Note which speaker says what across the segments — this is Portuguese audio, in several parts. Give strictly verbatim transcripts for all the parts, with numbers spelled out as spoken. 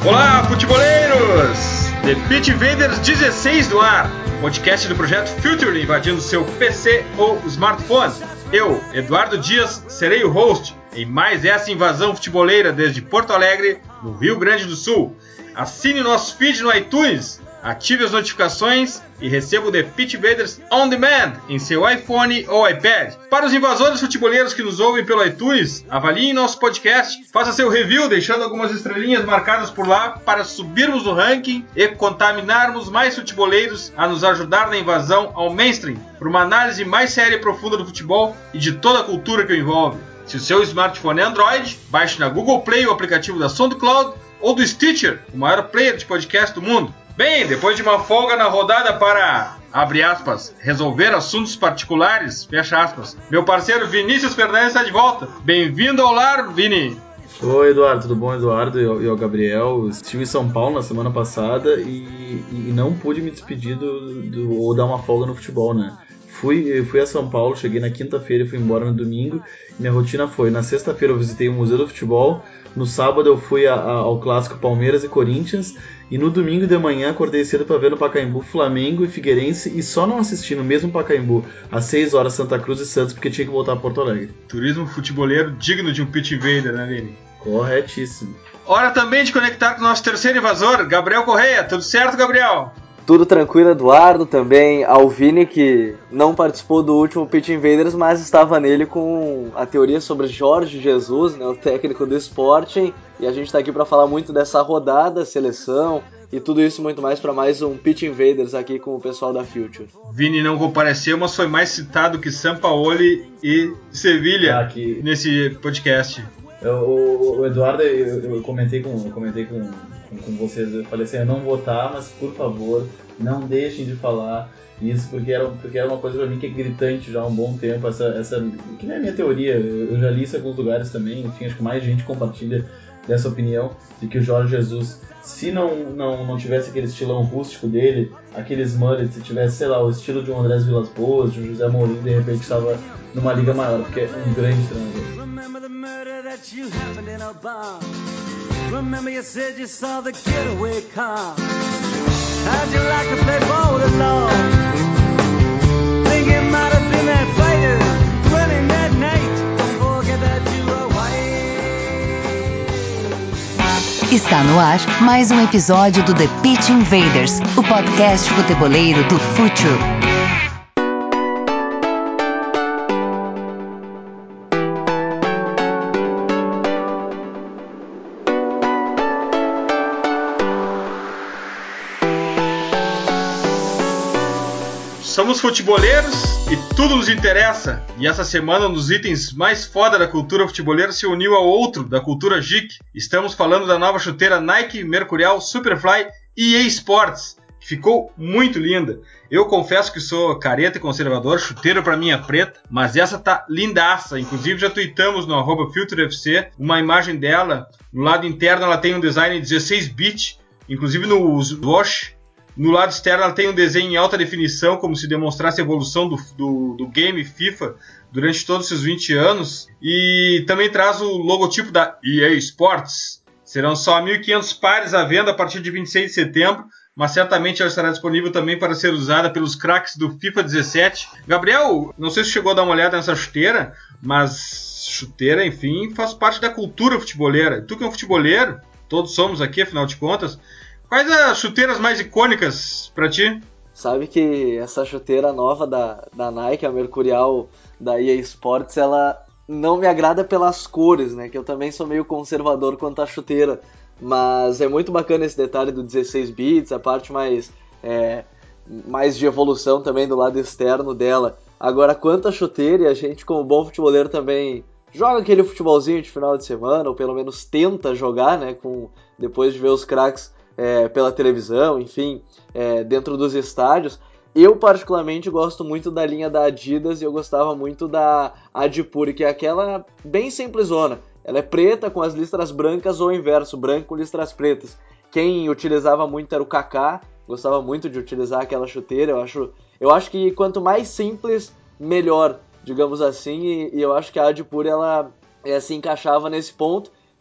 Speaker 1: Olá, futeboleiros! The Pitch Invaders dezesseis do ar, podcast do projeto Future invadindo seu P C ou smartphone. Eu, Eduardo Dias, serei o host em mais essa invasão futeboleira desde Porto Alegre, no Rio Grande do Sul. Assine nosso feed no iTunes, ative as notificações e receba o The Pitch Invaders On Demand em seu iPhone ou iPad. Para os invasores futeboleiros que nos ouvem pelo iTunes, avaliem nosso podcast, faça seu review deixando algumas estrelinhas marcadas por lá para subirmos no ranking e contaminarmos mais futeboleiros a nos ajudar na invasão ao mainstream, por uma análise mais séria e profunda do futebol e de toda a cultura que o envolve. Se o seu smartphone é Android, baixe na Google Play o aplicativo da SoundCloud ou do Stitcher, o maior player de podcast do mundo. Bem, depois de uma folga na rodada para, abre aspas, resolver assuntos particulares, fecha aspas, meu parceiro Vinícius Fernandes está de volta. Bem-vindo ao lar, Vini.
Speaker 2: Oi, Eduardo, tudo bom, Eduardo e o Gabriel? Estive em São Paulo na semana passada e, e não pude me despedir do, do, ou dar uma folga no futebol, né? Fui, fui a São Paulo, cheguei na quinta-feira e fui embora no domingo. Minha rotina foi, na sexta-feira eu visitei o Museu do Futebol, no sábado eu fui a, a, ao clássico Palmeiras e Corinthians, e no domingo de manhã acordei cedo para ver no Pacaembu Flamengo e Figueirense, e só não assisti no mesmo Pacaembu às seis horas Santa Cruz e Santos, porque tinha que voltar a Porto Alegre.
Speaker 1: Turismo futeboleiro digno de um pitch invader, né, Vini?
Speaker 2: Corretíssimo.
Speaker 1: Hora também de conectar com o nosso terceiro invasor, Gabriel Correia. Tudo certo, Gabriel?
Speaker 3: Tudo tranquilo, Eduardo, também ao Vini, que não participou do último Pitch Invaders, mas estava nele com a teoria sobre Jorge Jesus, né, o técnico do Sporting, e a gente está aqui para falar muito dessa rodada, seleção e tudo isso muito mais para mais um Pitch Invaders aqui com o pessoal da Future.
Speaker 1: Vini não compareceu, mas foi mais citado que Sampaoli e Sevilha ah, que... nesse podcast.
Speaker 2: Eu, o, o Eduardo, eu, eu comentei com... Eu comentei com... com vocês, eu falei assim, eu não vou votar, mas por favor, não deixem de falar isso, porque era, porque era uma coisa pra mim que é gritante já há um bom tempo, essa, essa que não é a minha teoria, eu, eu já li isso em alguns lugares também, enfim, acho que mais gente compartilha dessa opinião, de que o Jorge Jesus, se não, não, não tivesse aquele estilão rústico dele, aqueles mullets, se tivesse, sei lá, o estilo de um Andrés Vilas-Boas, de um José Mourinho, de repente estava numa liga maior, porque é um grande treinador. Remember you said you saw the getaway car. How'd you like to play ball along? Think it might have been that fighter running that night. Don't forget that you were white.
Speaker 4: Está no ar mais um episódio do The Pitch Invaders, o podcast futeboleiro do Future.
Speaker 1: Somos futeboleiros e tudo nos interessa. E essa semana, um dos itens mais foda da cultura futeboleira se uniu ao outro da cultura geek. Estamos falando da nova chuteira Nike Mercurial Superfly E A Sports, que ficou muito linda. Eu confesso que sou careta e conservador, chuteiro pra mim é preta, mas essa tá lindaça. Inclusive já tweetamos no arroba FutureFC uma imagem dela. No lado interno ela tem um design dezesseis bit, inclusive no wash. No lado externo ela tem um desenho em alta definição, como se demonstrasse a evolução do, do, do game FIFA durante todos esses vinte anos. E também traz o logotipo da E A Sports. Serão só mil e quinhentos pares à venda a partir de vinte e seis de setembro, mas certamente ela estará disponível também para ser usada pelos craques do FIFA dezessete. Gabriel, não sei se chegou a dar uma olhada nessa chuteira, mas chuteira, enfim, faz parte da cultura futeboleira. Tu que é um futeboleiro, todos somos aqui, afinal de contas. Quais as chuteiras mais icônicas pra ti?
Speaker 3: Sabe que essa chuteira nova da, da Nike, a Mercurial da E A Sports, ela não me agrada pelas cores, né? Que eu também sou meio conservador quanto à chuteira. Mas é muito bacana esse detalhe do dezesseis bits, a parte mais, é, mais de evolução também do lado externo dela. Agora, quanto à chuteira, e a gente como bom futeboleiro também joga aquele futebolzinho de final de semana, ou pelo menos tenta jogar, né? Com, depois de ver os craques É, pela televisão, enfim, é, dentro dos estádios. Eu particularmente gosto muito da linha da Adidas e eu gostava muito da Adipure, que é aquela bem simplesona. Ela é preta com as listras brancas ou o inverso, branco com listras pretas. Quem utilizava muito era o Kaká, gostava muito de utilizar aquela chuteira. Eu acho, eu acho que quanto mais simples, melhor, digamos assim, e, e eu acho que a Adipure ela, ela se encaixava nesse ponto.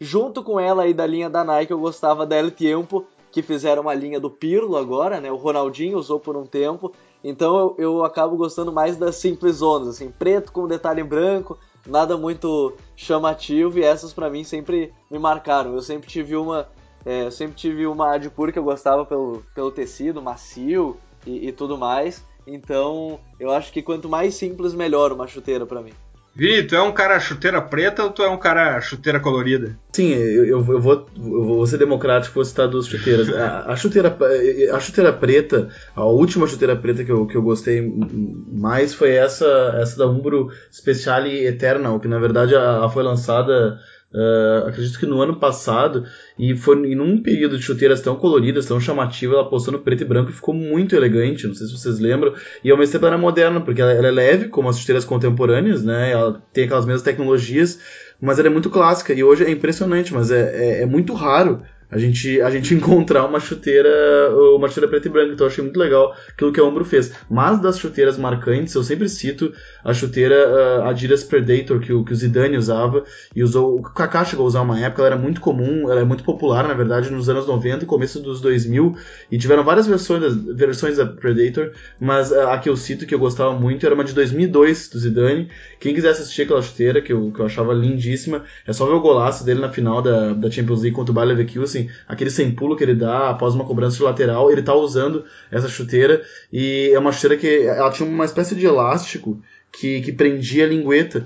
Speaker 3: junto com ela aí da linha da Nike, eu gostava da El Tiempo, que fizeram uma linha do Pirlo agora, né? O Ronaldinho usou por um tempo, então eu, eu acabo gostando mais das simples zonas, assim, preto com detalhe branco, nada muito chamativo, e essas pra mim sempre me marcaram. Eu sempre tive uma, é, eu sempre tive uma Adipur que eu gostava pelo, pelo tecido macio e, e tudo mais, então eu acho que quanto mais simples, melhor uma chuteira pra mim.
Speaker 1: Vini, tu é um cara chuteira preta ou tu é um cara chuteira colorida?
Speaker 2: Sim, eu, eu, eu, vou, eu vou ser democrático, vou citar duas chuteiras. A, a, chuteira, a chuteira preta, a última chuteira preta que eu, que eu gostei mais foi essa, essa da Umbro Speciale Eternal, que na verdade ela foi lançada, uh, acredito que no ano passado, e foi em um período de chuteiras tão coloridas, tão chamativas, ela postou no preto e branco e ficou muito elegante, não sei se vocês lembram, e ao mesmo tempo ela é moderna, porque ela, ela é leve, como as chuteiras contemporâneas, né? Ela tem aquelas mesmas tecnologias, mas ela é muito clássica, e hoje é impressionante, mas é, é, é muito raro a gente, a gente encontrar uma chuteira uma chuteira preta e branca, então eu achei muito legal aquilo que a Umbro fez. Mas das chuteiras marcantes, eu sempre cito a chuteira uh, Adidas Predator, que o, que o Zidane usava, e usou, o Kaká chegou a usar uma época, ela era muito comum, ela é muito popular, na verdade, nos anos noventa e começo dos dois mil, e tiveram várias versões, das, versões da Predator, mas uh, a que eu cito, que eu gostava muito, era uma de dois mil e dois, do Zidane. Quem quiser assistir aquela chuteira, que eu, que eu achava lindíssima, é só ver o golaço dele na final da, da Champions League contra o Bayer Leverkusen, aquele sem pulo que ele dá após uma cobrança de lateral, ele tá usando essa chuteira, e é uma chuteira que ela tinha uma espécie de elástico que, que prendia a lingueta,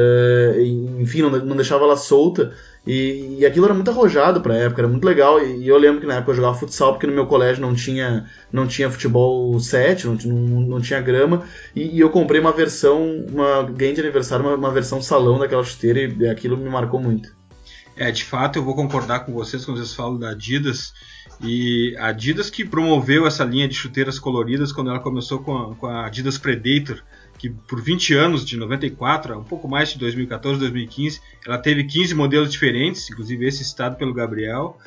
Speaker 2: uh, enfim, não, não deixava ela solta, e, e aquilo era muito arrojado pra época, era muito legal, e, e eu lembro que na época eu jogava futsal, porque no meu colégio não tinha, não tinha futebol sete, não, não, não tinha grama, e, e eu comprei uma versão, uma ganhei de aniversário, uma, uma versão salão daquela chuteira, e aquilo me marcou muito.
Speaker 1: É, de fato, eu vou concordar com vocês quando vocês falam da Adidas. E a Adidas que promoveu essa linha de chuteiras coloridas quando ela começou com a, com a Adidas Predator, que por vinte anos, de noventa e quatro, um pouco mais de dois mil e catorze, dois mil e quinze, ela teve quinze modelos diferentes, inclusive esse citado pelo Gabriel.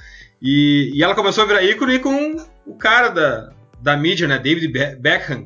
Speaker 1: E, e ela começou a virar ícone com o cara da, da mídia, né, David Beckham,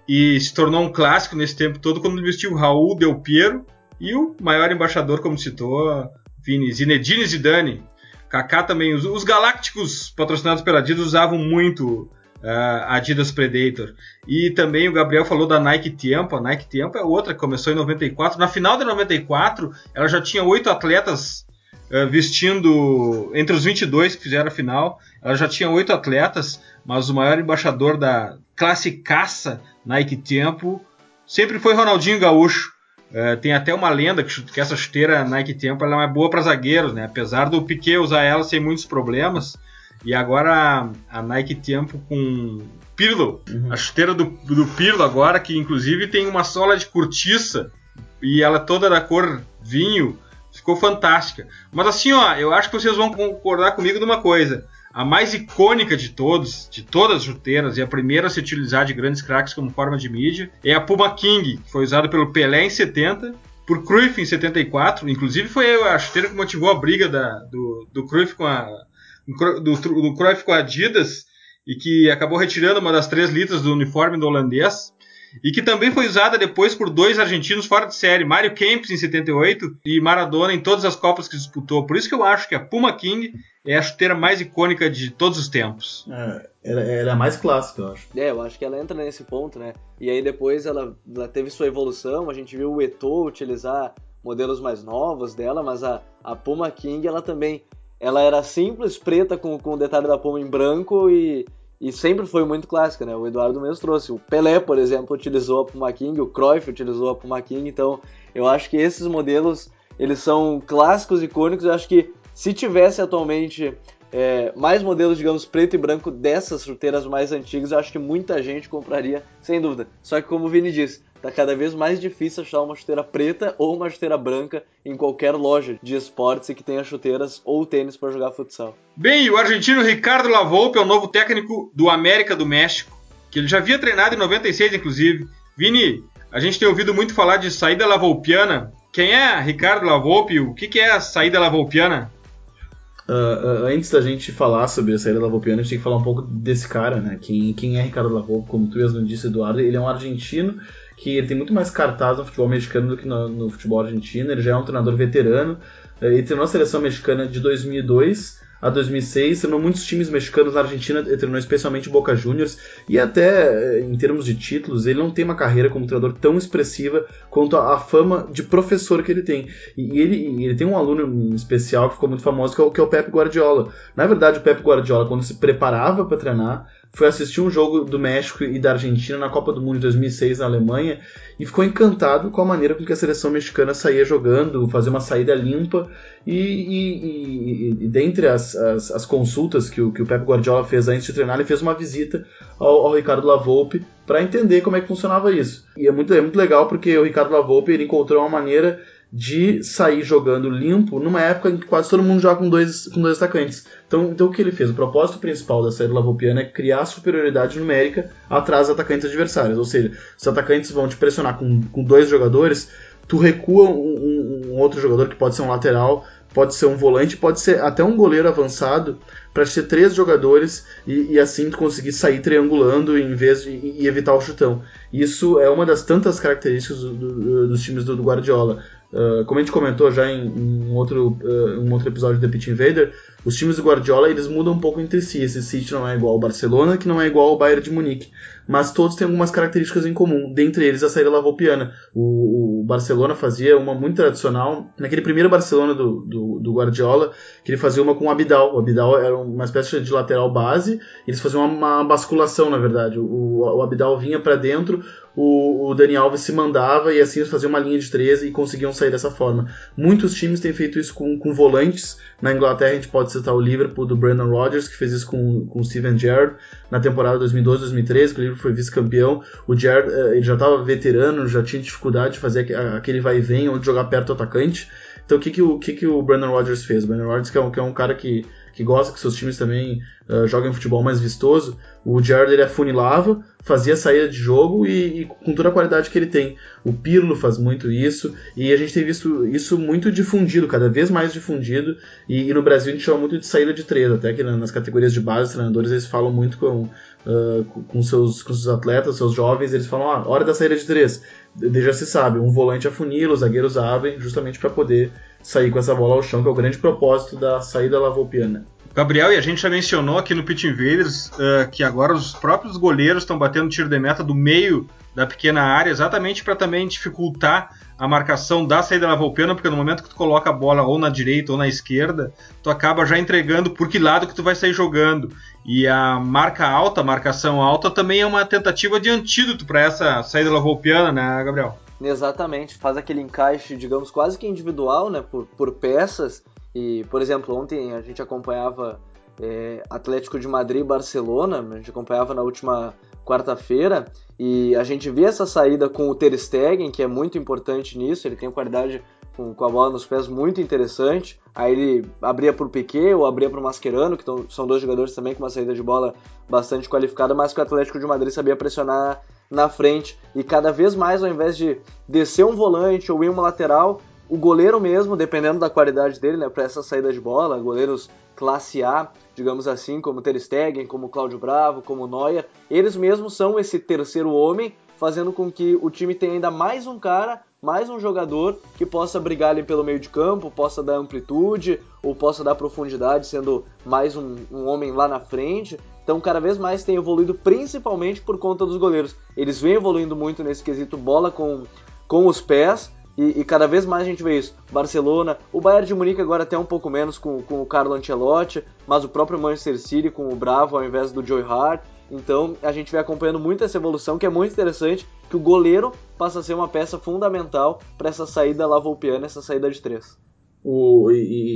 Speaker 1: e se tornou um clássico nesse tempo todo quando ele vestiu o Raul Del Piero e o maior embaixador, como citou, Vini, Zinedine Zidane. Kaká também. Os, os galácticos patrocinados pela Adidas usavam muito a uh, Adidas Predator. E também o Gabriel falou da Nike Tiempo. A Nike Tiempo é outra que começou em noventa e quatro. Na final de noventa e quatro, ela já tinha oito atletas uh, vestindo... Entre os vinte e dois que fizeram a final, ela já tinha oito atletas, mas o maior embaixador da classicaça Nike Tiempo sempre foi Ronaldinho Gaúcho. Uh, tem até uma lenda que, que essa chuteira Nike Tiempo ela é boa para zagueiros, né? Apesar do Piquet usar ela sem muitos problemas. E agora a, a Nike Tiempo com Pirlo, uhum. A chuteira do, do Pirlo agora, que inclusive tem uma sola de cortiça e ela toda da cor vinho, ficou fantástica. Mas assim, ó, eu acho que vocês vão concordar comigo numa coisa. A mais icônica de todos, de todas as chuteiras, e a primeira a se utilizar de grandes craques como forma de mídia, é a Puma King, que foi usada pelo Pelé em setenta, por Cruyff em setenta e quatro, inclusive foi a chuteira que motivou a briga da, do, do Cruyff com a do, do Cruyff com a Adidas, e que acabou retirando uma das três litras do uniforme do holandês, e que também foi usada depois por dois argentinos fora de série, Mário Kempes em setenta e oito e Maradona em todas as Copas que disputou. Por isso que eu acho que a Puma King é a chuteira mais icônica de todos os tempos.
Speaker 2: É, ela, ela é a mais clássica, eu acho.
Speaker 3: É, eu acho que ela entra nesse ponto, né? E aí depois ela, ela teve sua evolução, a gente viu o Eto'o utilizar modelos mais novos dela, mas a, a Puma King, ela também, ela era simples, preta, com, com o detalhe da Puma em branco e... E sempre foi muito clássica, né? O Eduardo mesmo trouxe. O Pelé, por exemplo, utilizou a Puma King, o Cruyff utilizou a Puma King. Então, eu acho que esses modelos, eles são clássicos, icônicos. Eu acho que se tivesse atualmente é, mais modelos, digamos, preto e branco dessas chuteiras mais antigas, eu acho que muita gente compraria, sem dúvida. Só que, como o Vini disse, tá cada vez mais difícil achar uma chuteira preta ou uma chuteira branca em qualquer loja de esportes e que tenha chuteiras ou tênis para jogar futsal.
Speaker 1: Bem, o argentino Ricardo Lavolpe é o novo técnico do América do México, que ele já havia treinado em noventa e seis, inclusive. Vini, a gente tem ouvido muito falar de saída lavolpiana. Quem é Ricardo Lavolpe? O que, que é a saída lavolpiana?
Speaker 2: Uh, uh, antes da gente falar sobre a saída lavolpiana, a gente tem que falar um pouco desse cara, né? Quem, quem é Ricardo Lavolpe? Como tu mesmo disse, Eduardo, ele é um argentino que ele tem muito mais cartaz no futebol mexicano do que no, no futebol argentino. Ele já é um treinador veterano. Ele treinou a seleção mexicana de dois mil e dois a dois mil e seis, treinou muitos times mexicanos na Argentina, treinou especialmente Boca Juniors, e até em termos de títulos, ele não tem uma carreira como treinador tão expressiva quanto a, a fama de professor que ele tem. E ele, ele tem um aluno especial que ficou muito famoso, que é o, que é o Pep Guardiola. Na verdade, o Pep Guardiola, quando se preparava para treinar, foi assistir um jogo do México e da Argentina na Copa do Mundo de dois mil e seis na Alemanha e ficou encantado com a maneira com que a seleção mexicana saía jogando, fazia uma saída limpa e, e, e, e dentre as, as, as consultas que o, que o Pep Guardiola fez antes de treinar, ele fez uma visita ao, ao Ricardo Lavolpe para entender como é que funcionava isso. E é muito, é muito legal porque o Ricardo Lavolpe ele encontrou uma maneira de sair jogando limpo numa época em que quase todo mundo joga com dois, com dois atacantes. Então, então o que ele fez? O propósito principal da saída lavolpiana é criar superioridade numérica atrás dos atacantes adversários. Ou seja, se os atacantes vão te pressionar com, com dois jogadores, tu recua um, um, um outro jogador que pode ser um lateral, pode ser um volante, pode ser até um goleiro avançado para ter três jogadores e, e assim tu conseguir sair triangulando em vez de e evitar o chutão. Isso é uma das tantas características do, do, dos times do, do Guardiola. Uh, como a gente comentou já em, em um, outro, uh, um outro episódio do The Pitch Invader, os times do Guardiola eles mudam um pouco entre si. Esse City não é igual ao Barcelona, que não é igual ao Bayern de Munique, mas todos têm algumas características em comum, dentre eles a saída lavolpiana. O, o Barcelona fazia uma muito tradicional, naquele primeiro Barcelona do, do, do Guardiola, que ele fazia uma com o Abidal. O Abidal era uma espécie de lateral base, eles faziam uma, uma basculação, na verdade. O, o Abidal vinha para dentro, o, o Dani Alves se mandava e assim eles faziam uma linha de treze e conseguiam sair dessa forma. Muitos times têm feito isso com, com volantes. Na Inglaterra a gente pode citar o Liverpool do Brendan Rodgers, que fez isso com, com o Steven Gerrard na temporada dois mil e doze, dois mil e treze, que o Liverpool foi vice-campeão. O Gerrard ele já estava veterano, já tinha dificuldade de fazer aquele vai e vem, ou de jogar perto do atacante. Então o que, que, o, que, que o Brendan Rodgers fez? O Brendan Rodgers que é um, que é um cara que, que gosta que seus times também uh, joguem futebol mais vistoso. O Gerrard ele afunilava, fazia saída de jogo e, e com toda a qualidade que ele tem. O Pirlo faz muito isso e a gente tem visto isso muito difundido, cada vez mais difundido, e, e no Brasil a gente chama muito de saída de três, até que nas categorias de base, os treinadores eles falam muito com, uh, com, seus, com seus atletas, seus jovens, eles falam, ah, hora da saída de três. De, já se sabe, um volante afunila, os zagueiros abrem justamente para poder sair com essa bola ao chão, que é o grande propósito da saída lavolpiana.
Speaker 1: Gabriel, e a gente já mencionou aqui no Pitch Invaders uh, que agora os próprios goleiros estão batendo tiro de meta do meio da pequena área, exatamente para também dificultar a marcação da saída lavolpiana, porque no momento que tu coloca a bola ou na direita ou na esquerda, tu acaba já entregando por que lado que tu vai sair jogando. E a marca alta, a marcação alta, também é uma tentativa de antídoto para essa saída lavolpiana, né, Gabriel?
Speaker 3: Exatamente, faz aquele encaixe, digamos, quase que individual, né, por, por peças. E, por exemplo, ontem a gente acompanhava é, Atlético de Madrid e Barcelona, a gente acompanhava na última quarta-feira, e a gente vê essa saída com o Ter Stegen, que é muito importante nisso, ele tem uma qualidade com, com a bola nos pés muito interessante. Aí ele abria para o Piqué ou abria para o Mascherano, que tão, são dois jogadores também com uma saída de bola bastante qualificada, mas que o Atlético de Madrid sabia pressionar na frente, e cada vez mais, ao invés de descer um volante ou ir uma lateral, o goleiro mesmo, dependendo da qualidade dele, né, para essa saída de bola, goleiros classe A, digamos assim, como Ter Stegen, como Cláudio Bravo, como Neuer, eles mesmos são esse terceiro homem, fazendo com que o time tenha ainda mais um cara, mais um jogador que possa brigar ali pelo meio de campo, possa dar amplitude, ou possa dar profundidade, sendo mais um, um homem lá na frente. Então, cada vez mais tem evoluído, principalmente por conta dos goleiros. Eles vêm evoluindo muito nesse quesito bola com, com os pés, e, e cada vez mais a gente vê isso. Barcelona, o Bayern de Munique agora até um pouco menos com, com o Carlo Ancelotti, mas o próprio Manchester City com o Bravo ao invés do Joe Hart. Então, a gente vem acompanhando muito essa evolução, que é muito interessante, que o goleiro passa a ser uma peça fundamental para essa saída lavolpiana, essa saída de três.
Speaker 2: O,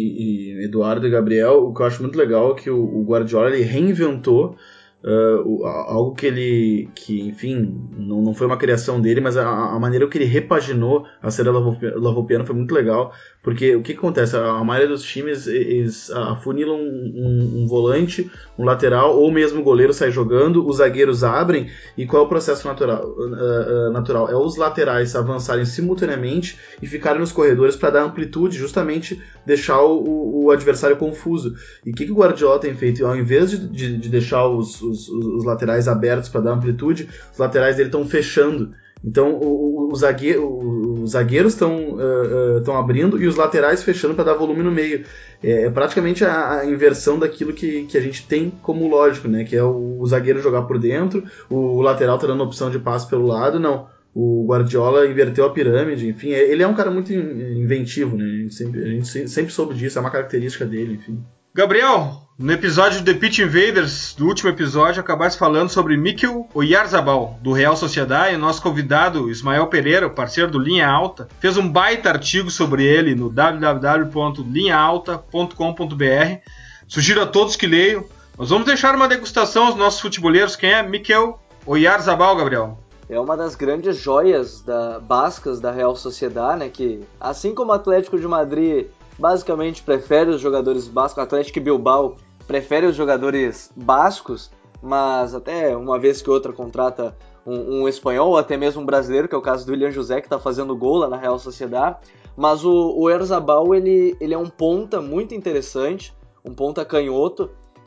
Speaker 2: e, e Eduardo e Gabriel, o que eu acho muito legal é que o, o Guardiola ele reinventou uh, o, algo que ele, que enfim, não, não foi uma criação dele, mas a, a maneira que ele repaginou a saída lavolpiana foi muito legal, porque o que, que acontece? A maioria dos times eles afunilam um, um, um volante, um lateral, ou mesmo o goleiro sai jogando, os zagueiros abrem, e qual é o processo natural? Uh, uh, natural? É os laterais avançarem simultaneamente e ficarem nos corredores para dar amplitude, justamente deixar o, o adversário confuso. E o que, que o Guardiola tem feito? Ao invés de, de, de deixar os, os, os laterais abertos para dar amplitude, os laterais dele estão fechando. Então o, o, o zagueiro, o, os zagueiros estão uh, uh, abrindo e os laterais fechando para dar volume no meio. É, é praticamente a, a inversão daquilo que, que a gente tem como lógico, né? Que é o, o zagueiro jogar por dentro, o, o lateral tá dando opção de passe pelo lado, não. O Guardiola inverteu a pirâmide, enfim, ele é um cara muito inventivo, né? A gente sempre, a gente sempre soube disso, é uma característica dele, enfim.
Speaker 1: Gabriel, no episódio do The Pitch Invaders, do último episódio, acabaste falando sobre Mikel Oyarzabal, do Real Sociedad, e o nosso convidado, Ismael Pereira, parceiro do Linha Alta, fez um baita artigo sobre ele no w w w ponto linha alta ponto com ponto b r. Sugiro a todos que leiam. Nós vamos deixar uma degustação aos nossos futeboleiros. Quem é Mikel Oyarzabal, Gabriel?
Speaker 3: É uma das grandes joias da, bascas da Real Sociedad, né, que, assim como o Atlético de Madrid basicamente prefere os jogadores bascos, o Atlético Bilbao prefere os jogadores bascos, mas até uma vez que outra contrata um, um espanhol ou até mesmo um brasileiro, que é o caso do William José, que está fazendo gol lá na Real Sociedad. Mas o, o Oyarzabal, ele, ele é um ponta muito interessante, um ponta canhoto.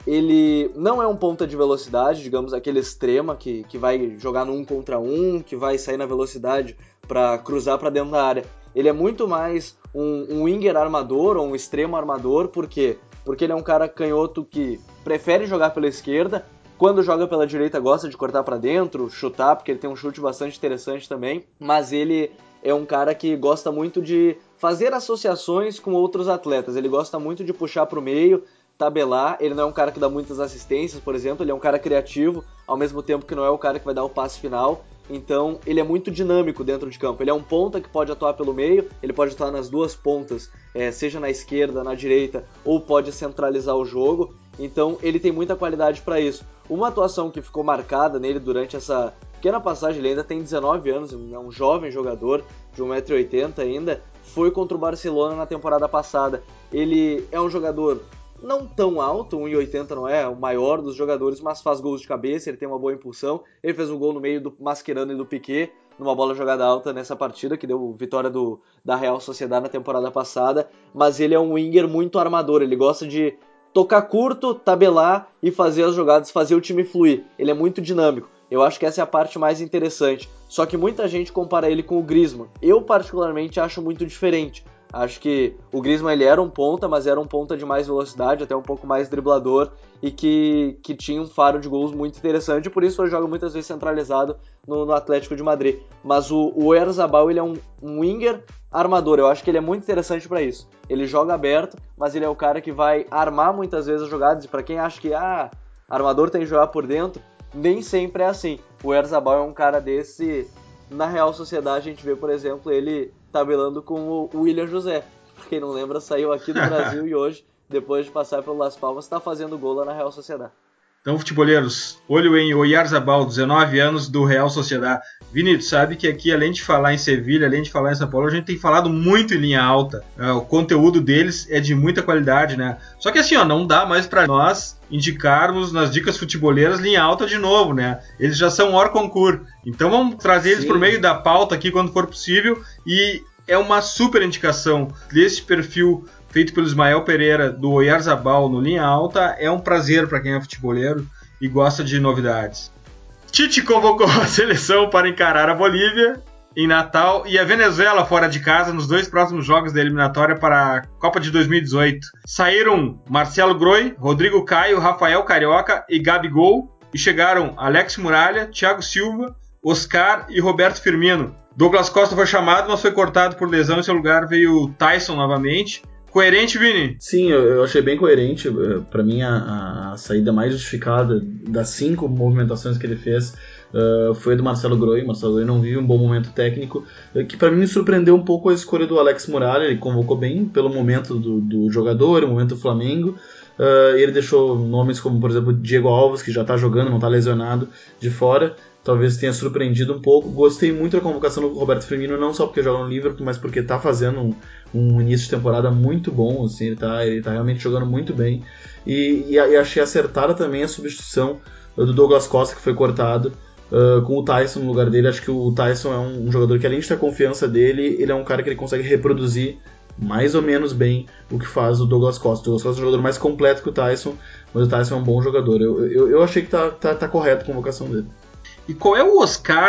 Speaker 3: Ele não é um ponta de velocidade, digamos, aquele extrema que, que vai jogar no um contra um, que vai sair na velocidade para cruzar para dentro da área. Ele é muito mais um, um winger armador ou um extremo armador. Por quê? Porque ele é um cara canhoto que prefere jogar pela esquerda. Quando joga pela direita gosta de cortar para dentro, chutar, porque ele tem um chute bastante interessante também. Mas ele é um cara que gosta muito de fazer associações com outros atletas. Ele gosta muito de puxar para o meio, tabelar. Ele não é um cara que dá muitas assistências, por exemplo. Ele é um cara criativo, ao mesmo tempo que não é o cara que vai dar o passe final. Então ele é muito dinâmico dentro de campo. Ele é um ponta que pode atuar pelo meio, ele pode atuar nas duas pontas, é, seja na esquerda, na direita, ou pode centralizar o jogo. Então ele tem muita qualidade para isso. Uma atuação que ficou marcada nele durante essa pequena passagem, ele ainda tem dezenove anos, é um jovem jogador de um metro e oitenta ainda, foi contra o Barcelona na temporada passada. Ele é um jogador não tão alto, um e oitenta não é o maior dos jogadores, mas faz gols de cabeça, ele tem uma boa impulsão. Ele fez um gol no meio do Mascherano e do Piqué, numa bola jogada alta nessa partida, que deu vitória do, da Real Sociedad na temporada passada. Mas ele é um winger muito armador, ele gosta de tocar curto, tabelar e fazer as jogadas, fazer o time fluir. Ele é muito dinâmico. Eu acho que essa é a parte mais interessante. Só que muita gente compara ele com o Griezmann. Eu particularmente acho muito diferente. Acho que o Griezmann ele era um ponta, mas era um ponta de mais velocidade, até um pouco mais driblador, e que, que tinha um faro de gols muito interessante, por isso ele joga muitas vezes centralizado no, no Atlético de Madrid. Mas o, o Oyarzabal, ele é um, um winger armador, eu acho que ele é muito interessante para isso. Ele joga aberto, mas ele é o cara que vai armar muitas vezes as jogadas, e para quem acha que ah, armador tem que jogar por dentro, nem sempre é assim. O Oyarzabal é um cara desse. Na Real Sociedad a gente vê, por exemplo, ele tabelando com o William José. Pra quem não lembra, saiu aqui do Brasil e hoje, depois de passar pelo Las Palmas, está fazendo gol lá na Real Sociedad.
Speaker 1: Então, futeboleiros, olho em Oyarzabal, dezenove anos, do Real Sociedad. Vini, tu sabe que aqui, além de falar em Sevilha, além de falar em São Paulo, a gente tem falado muito em linha alta. O conteúdo deles é de muita qualidade, né? Só que assim, ó, não dá mais pra nós indicarmos nas dicas futeboleiras linha alta de novo, né? Eles já são hors concurso. Então vamos trazer eles por meio da pauta aqui quando for possível. E é uma super indicação desse perfil feito pelo Ismael Pereira, do Oyarzabal no Linha Alta. É um prazer para quem é futeboleiro e gosta de novidades. Tite convocou a seleção para encarar a Bolívia em Natal e a Venezuela fora de casa nos dois próximos jogos da eliminatória para a Copa de dois mil e dezoito. Saíram Marcelo Groi, Rodrigo Caio, Rafael Carioca e Gabigol, e chegaram Alex Muralha, Thiago Silva, Oscar e Roberto Firmino. Douglas Costa foi chamado, mas foi cortado por lesão. Em seu lugar veio Tyson novamente. Coerente, Vini?
Speaker 2: Sim, eu, eu achei bem coerente. Para mim, a, a saída mais justificada das cinco movimentações que ele fez uh, foi a do Marcelo Groi. Marcelo Groi não vive um bom momento técnico, que para mim me surpreendeu um pouco a escolha do Alex Muralha. Ele convocou bem pelo momento do, do jogador, o momento do Flamengo. Uh, ele deixou nomes como, por exemplo, Diego Alves, que já está jogando, não está lesionado, de fora. Talvez tenha surpreendido um pouco. Gostei muito da convocação do Roberto Firmino, não só porque joga no Liverpool, mas porque está fazendo um, um início de temporada muito bom. Assim, ele está ele tá realmente jogando muito bem. E, e, e achei acertada também a substituição do Douglas Costa, que foi cortado, uh, com o Tyson no lugar dele. Acho que o Tyson é um, um jogador que, além de ter a confiança dele, ele é um cara que ele consegue reproduzir mais ou menos bem o que faz o Douglas Costa. O Douglas Costa é um jogador mais completo que o Tyson, mas o Tyson é um bom jogador. Eu, eu, eu achei que tá, tá, tá correto a convocação dele.
Speaker 1: E qual é o Oscar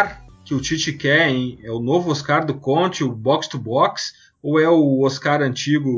Speaker 1: que o Tite quer, hein? É o novo Oscar do Conte, o box-to-box, ou é o Oscar antigo,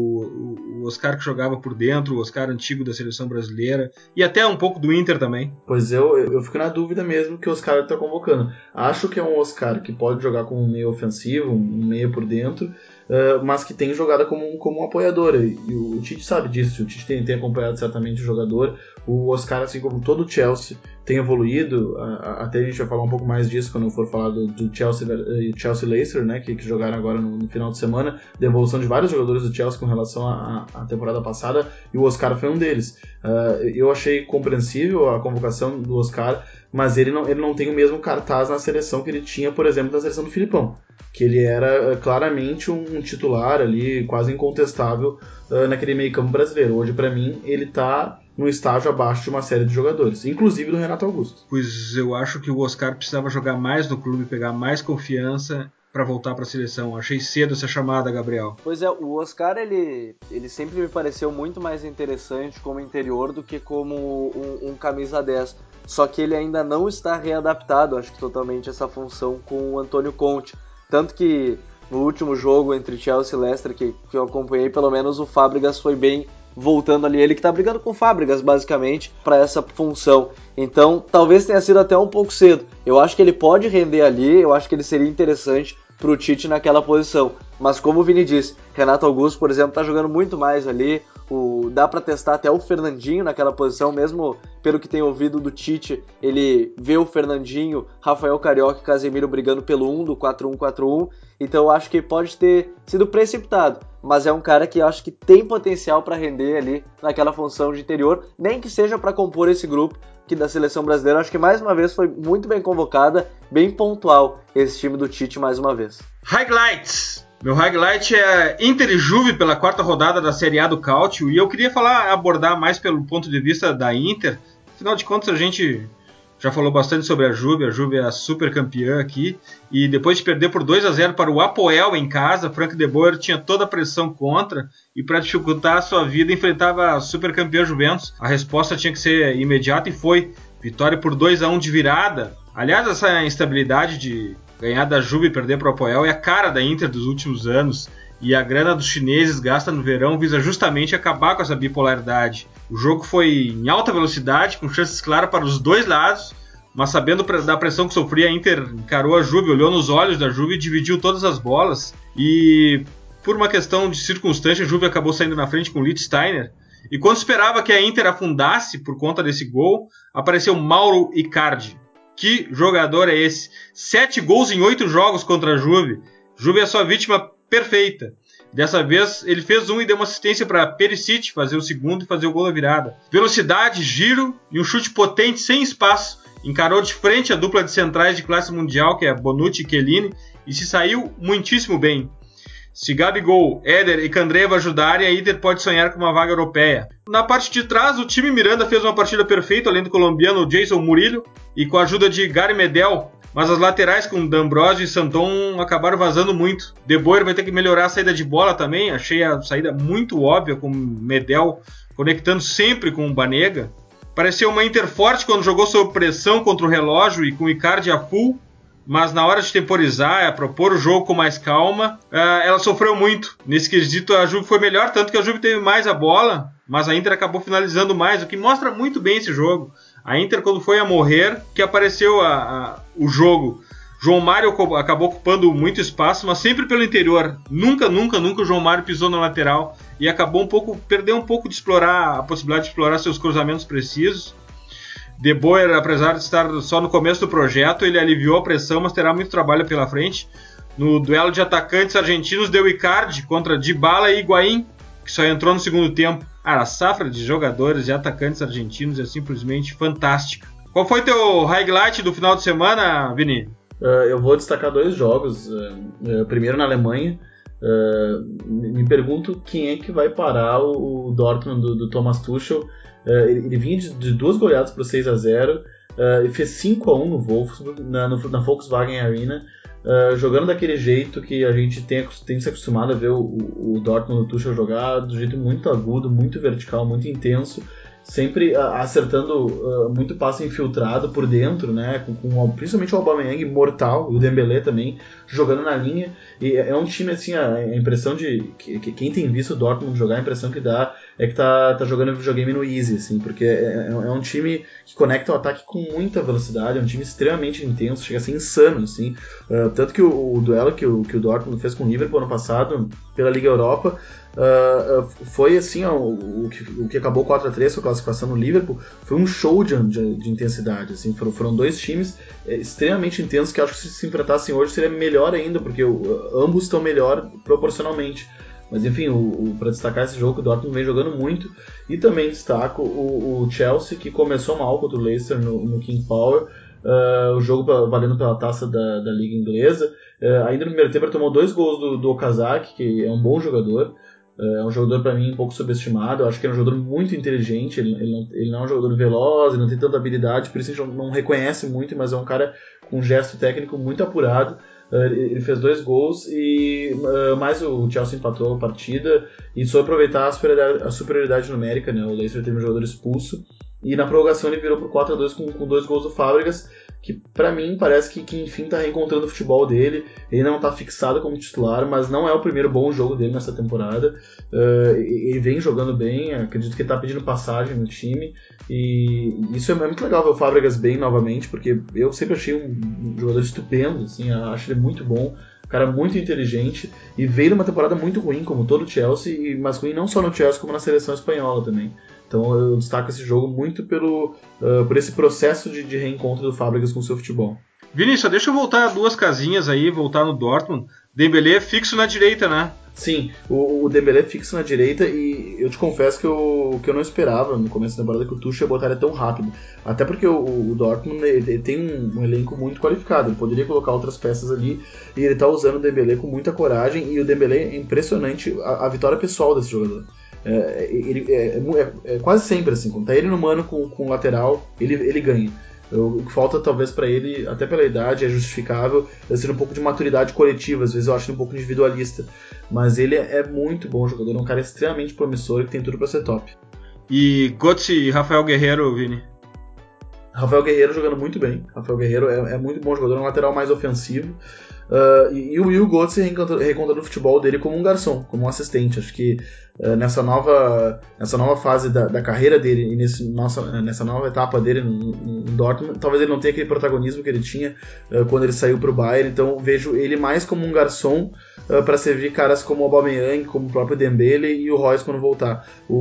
Speaker 1: o Oscar que jogava por dentro, o Oscar antigo da seleção brasileira, e até um pouco do Inter também?
Speaker 2: Pois eu, eu fico na dúvida mesmo que o Oscar está convocando. Acho que é um Oscar que pode jogar como um meio ofensivo, um meio por dentro, uh, mas que tem jogada como, como um apoiador. E, e o Tite sabe disso, o Tite tem, tem acompanhado certamente o jogador. O Oscar, assim como todo o Chelsea, tem evoluído. Uh, até a gente vai falar um pouco mais disso quando for falar do, do Chelsea e uh, Chelsea Leicester, né, que, que jogaram agora no, no final de semana, da evolução de vários jogadores do Chelsea com relação à temporada passada, e o Oscar foi um deles. Uh, eu achei compreensível a convocação do Oscar, mas ele não, ele não tem o mesmo cartaz na seleção que ele tinha, por exemplo, na seleção do Filipão, que ele era uh, claramente um titular ali, quase incontestável uh, naquele meio campo brasileiro. Hoje, para mim, ele está num estágio abaixo de uma série de jogadores, inclusive do Renato Augusto.
Speaker 1: Pois eu acho que o Oscar precisava jogar mais no clube, pegar mais confiança para voltar para a seleção. Achei cedo essa chamada, Gabriel.
Speaker 3: Pois é, o Oscar ele, ele sempre me pareceu muito mais interessante como interior do que como um, um camisa dez. Só que ele ainda não está readaptado, acho que totalmente, essa função com o Antônio Conte. Tanto que no último jogo entre Chelsea e Leicester, que, que eu acompanhei, pelo menos o Fábregas foi bem voltando ali, ele que tá brigando com o Fábregas, basicamente, para essa função. Então, talvez tenha sido até um pouco cedo. Eu acho que ele pode render ali, eu acho que ele seria interessante pro Tite naquela posição. Mas como o Vini disse, Renato Augusto, por exemplo, tá jogando muito mais ali. O, dá para testar até o Fernandinho naquela posição, mesmo pelo que tem ouvido do Tite, ele vê o Fernandinho, Rafael Carioca e Casemiro brigando pelo um do quatro um quatro um. Então eu acho que pode ter sido precipitado, mas é um cara que eu acho que tem potencial para render ali naquela função de interior, nem que seja para compor esse grupo que da seleção brasileira. Acho que mais uma vez foi muito bem convocada, bem pontual esse time do Tite mais uma vez.
Speaker 1: Highlights! Meu highlight é Inter e Juve pela quarta rodada da Série A do Cáutio, e eu queria falar, abordar mais pelo ponto de vista da Inter. Afinal de contas, a gente já falou bastante sobre a Juve, a Juve é a super campeã aqui, e depois de perder por dois a zero para o Apoel em casa, Frank de Boer tinha toda a pressão contra, e para dificultar a sua vida enfrentava a super campeã Juventus. A resposta tinha que ser imediata e foi vitória por dois a um de virada. Aliás, essa instabilidade de ganhar da Juve e perder para o Apoel é a cara da Inter dos últimos anos, e a grana dos chineses gasta no verão visa justamente acabar com essa bipolaridade. O jogo foi em alta velocidade, com chances claras para os dois lados, mas sabendo da pressão que sofria, a Inter encarou a Juve, olhou nos olhos da Juve e dividiu todas as bolas. E por uma questão de circunstância, a Juve acabou saindo na frente com o Lichtsteiner. E quando esperava que a Inter afundasse por conta desse gol, apareceu Mauro Icardi. Que jogador é esse? Sete gols em oito jogos contra a Juve. Juve é a sua vítima perfeita. Dessa vez ele fez um e deu uma assistência para Perisic fazer o segundo e fazer o gol da virada. Velocidade, giro e um chute potente sem espaço. Encarou de frente a dupla de centrais de classe mundial, que é Bonucci e Chiellini, e se saiu muitíssimo bem. Se Gabigol, Éder e Candreva ajudarem, a Inter pode sonhar com uma vaga europeia. Na parte de trás, o time Miranda fez uma partida perfeita, além do colombiano Jason Murillo, e com a ajuda de Gary Medel, mas as laterais com D'Ambrosio e Santon acabaram vazando muito. De Boer vai ter que melhorar a saída de bola também, achei a saída muito óbvia, com Medel conectando sempre com o Banega. Pareceu uma Inter forte quando jogou sob pressão contra o relógio e com o Icardi a full, mas na hora de temporizar, a propor o jogo com mais calma, ela sofreu muito. Nesse quesito, a Juve foi melhor, tanto que a Juve teve mais a bola, mas a Inter acabou finalizando mais, o que mostra muito bem esse jogo. A Inter, quando foi a morrer, que apareceu a, a, o jogo. João Mário acabou ocupando muito espaço, mas sempre pelo interior. Nunca, nunca, nunca o João Mário pisou na lateral e acabou um pouco, perdeu um pouco de explorar a possibilidade de explorar seus cruzamentos precisos. De Boer, apesar de estar só no começo do projeto, ele aliviou a pressão, mas terá muito trabalho pela frente. No duelo de atacantes argentinos, deu Icardi contra Dybala e Higuaín, que só entrou no segundo tempo. Ah, a safra de jogadores e atacantes argentinos é simplesmente fantástica. Qual foi teu highlight do final de semana, Vini?
Speaker 2: Uh, eu vou destacar dois jogos. Uh, uh, primeiro na Alemanha. Uh, me pergunto quem é que vai parar o, o Dortmund do, do Thomas Tuchel. Uh, ele, ele vinha de, de duas goleadas para seis a zero uh, e fez cinco a um no Wolfsburg, na, no, na Volkswagen Arena, uh, jogando daquele jeito que a gente tem, tem se acostumado a ver o, o, o Dortmund do Tuchel jogar, do jeito muito agudo, muito vertical, muito intenso. sempre uh, acertando uh, muito passe infiltrado por dentro, né, com, com principalmente o Aubameyang mortal, e o Dembélé também, jogando na linha, e é um time, assim, a, a impressão de, que, que quem tem visto o Dortmund jogar, a impressão que dá é que tá, tá jogando videogame no easy, assim, porque é, é, é um time que conecta o ataque com muita velocidade, é um time extremamente intenso, chega a ser insano, assim, uh, tanto que o, o duelo que o, que o Dortmund fez com o Liverpool ano passado, pela Liga Europa, Uh, uh, foi assim, ó, o, o, que, o que acabou quatro a três com a classificação no Liverpool, foi um show de, de, de intensidade, assim, foram, foram dois times é, extremamente intensos que acho que se se enfrentassem hoje seria melhor ainda, porque o, ambos estão melhor proporcionalmente. Mas enfim, o, o, para destacar esse jogo, o Dortmund vem jogando muito, e também destaco o, o Chelsea, que começou mal contra o Leicester no, no King Power, uh, o jogo pra, valendo pela taça da, da Liga Inglesa. Uh, ainda no primeiro tempo ele tomou dois gols do, do Okazaki, que é um bom jogador. É um jogador, para mim, um pouco subestimado. Eu acho que é um jogador muito inteligente. Ele, ele, não, ele não é um jogador veloz, ele não tem tanta habilidade, por isso a gente não reconhece muito, mas é um cara com um gesto técnico muito apurado. Ele fez dois gols e mais o Chelsea empatou a partida e soube aproveitar a superioridade, a superioridade numérica, né? O Leicester teve um jogador expulso e na prorrogação ele virou por quatro a dois com, com dois gols do Fábregas, que pra mim parece que, que enfim tá reencontrando o futebol dele. Ele não tá fixado como titular, mas não é o primeiro bom jogo dele nessa temporada. Uh, ele vem jogando bem, acredito que ele tá pedindo passagem no time, e isso é muito legal ver o Fábregas bem novamente, porque eu sempre achei um jogador estupendo, assim, acho ele muito bom, cara muito inteligente, e veio numa temporada muito ruim, como todo o Chelsea, mas ruim não só no Chelsea, como na seleção espanhola também. Então eu destaco esse jogo muito pelo, uh, por esse processo de, de reencontro do Fábregas com o seu futebol.
Speaker 1: Vinícius, deixa eu voltar duas casinhas aí, voltar no Dortmund. Dembélé fixo na direita, né?
Speaker 2: Sim, o, o Dembélé fixo na direita, e eu te confesso que eu, que eu não esperava no começo da temporada que o Tuchel ia botar ele tão rápido. Até porque o, o Dortmund ele, ele tem um, um elenco muito qualificado, ele poderia colocar outras peças ali, e ele tá usando o Dembélé com muita coragem, e o Dembélé é impressionante a, a vitória pessoal desse jogador. É, ele, é, é, é quase sempre assim, quando tá ele no mano com, com o lateral, ele, ele ganha. O que falta talvez para ele, até pela idade, é justificável, é ser um pouco de maturidade coletiva, às vezes eu acho ele um pouco individualista, mas ele é muito bom jogador, é um cara extremamente promissor que tem tudo para ser top.
Speaker 1: E Götze e Rafael Guerreiro, Vini?
Speaker 2: Rafael Guerreiro jogando muito bem, Rafael Guerreiro é, é muito bom jogador, é um lateral mais ofensivo. Uh, e, e o Will Götze reencontrando o futebol dele como um garçom, como um assistente. Acho que uh, nessa, nova, nessa nova fase da, da carreira dele e nesse, nossa, nessa nova etapa dele no, no, no Dortmund, talvez ele não tenha aquele protagonismo que ele tinha uh, quando ele saiu para o Bayern. Então vejo ele mais como um garçom uh, para servir caras como o Aubameyang, como o próprio Dembélé e o Royce quando voltar. O,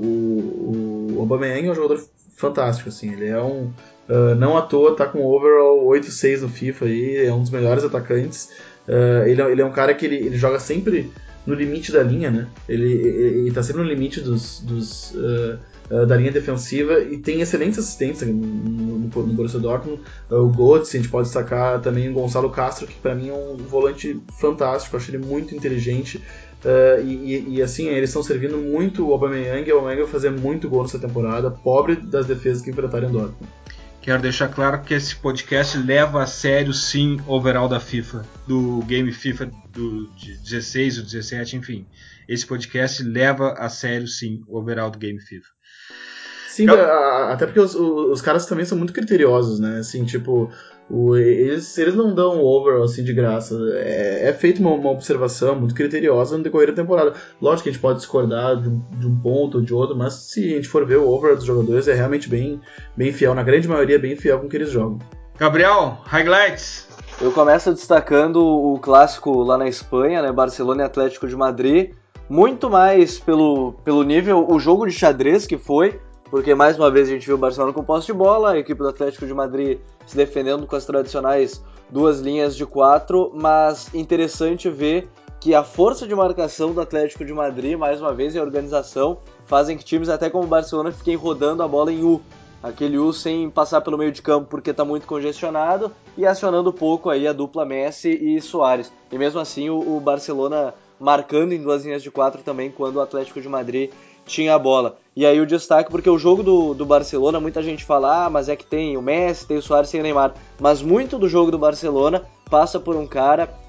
Speaker 2: o, o Aubameyang é um jogador fantástico, assim, ele é um... Uh, não à toa tá com overall oito seis no FIFA aí, é um dos melhores atacantes. Uh, ele, ele é um cara que ele, ele joga sempre no limite da linha, né? Ele, ele, ele tá sempre no limite dos, dos, uh, uh, da linha defensiva e tem excelentes assistências no, no, no Borussia Dortmund. Uh, o Götze, a gente pode destacar também o Gonçalo Castro, que para mim é um volante fantástico, eu acho ele muito inteligente. Uh, e, e assim, eles estão servindo muito o Aubameyang, e o Aubameyang vai fazer muito gol nessa temporada, pobre das defesas que enfrentaram o Dortmund.
Speaker 1: Quero deixar claro que esse podcast leva a sério, sim, o overall da FIFA, do game FIFA do de dezesseis, do dezessete, enfim. Esse podcast leva a sério, sim, o overall do game FIFA.
Speaker 2: Sim, Eu... até porque os, os caras também são muito criteriosos, né? Assim, tipo, o, eles, eles não dão overall assim de graça. É, é feita uma, uma observação muito criteriosa no decorrer da temporada. Lógico que a gente pode discordar de um, de um ponto ou de outro, mas se a gente for ver o overall dos jogadores, é realmente bem, bem fiel. Na grande maioria, é bem fiel com o que eles jogam.
Speaker 1: Gabriel, highlights.
Speaker 3: Eu começo destacando o clássico lá na Espanha, né? Barcelona e Atlético de Madrid. Muito mais pelo, pelo nível, o jogo de xadrez que foi, porque mais uma vez a gente viu o Barcelona com posse de bola, a equipe do Atlético de Madrid se defendendo com as tradicionais duas linhas de quatro, mas interessante ver que a força de marcação do Atlético de Madrid, mais uma vez, e a organização, fazem que times até como o Barcelona fiquem rodando a bola em U, aquele U sem passar pelo meio de campo porque está muito congestionado, e acionando pouco aí a dupla Messi e Suárez. E mesmo assim o, o Barcelona marcando em duas linhas de quatro também quando o Atlético de Madrid tinha a bola. E aí o destaque, porque o jogo do, do Barcelona, muita gente fala, ah, mas é que tem o Messi, tem o Suárez, tem o Neymar, mas muito do jogo do Barcelona passa por um cara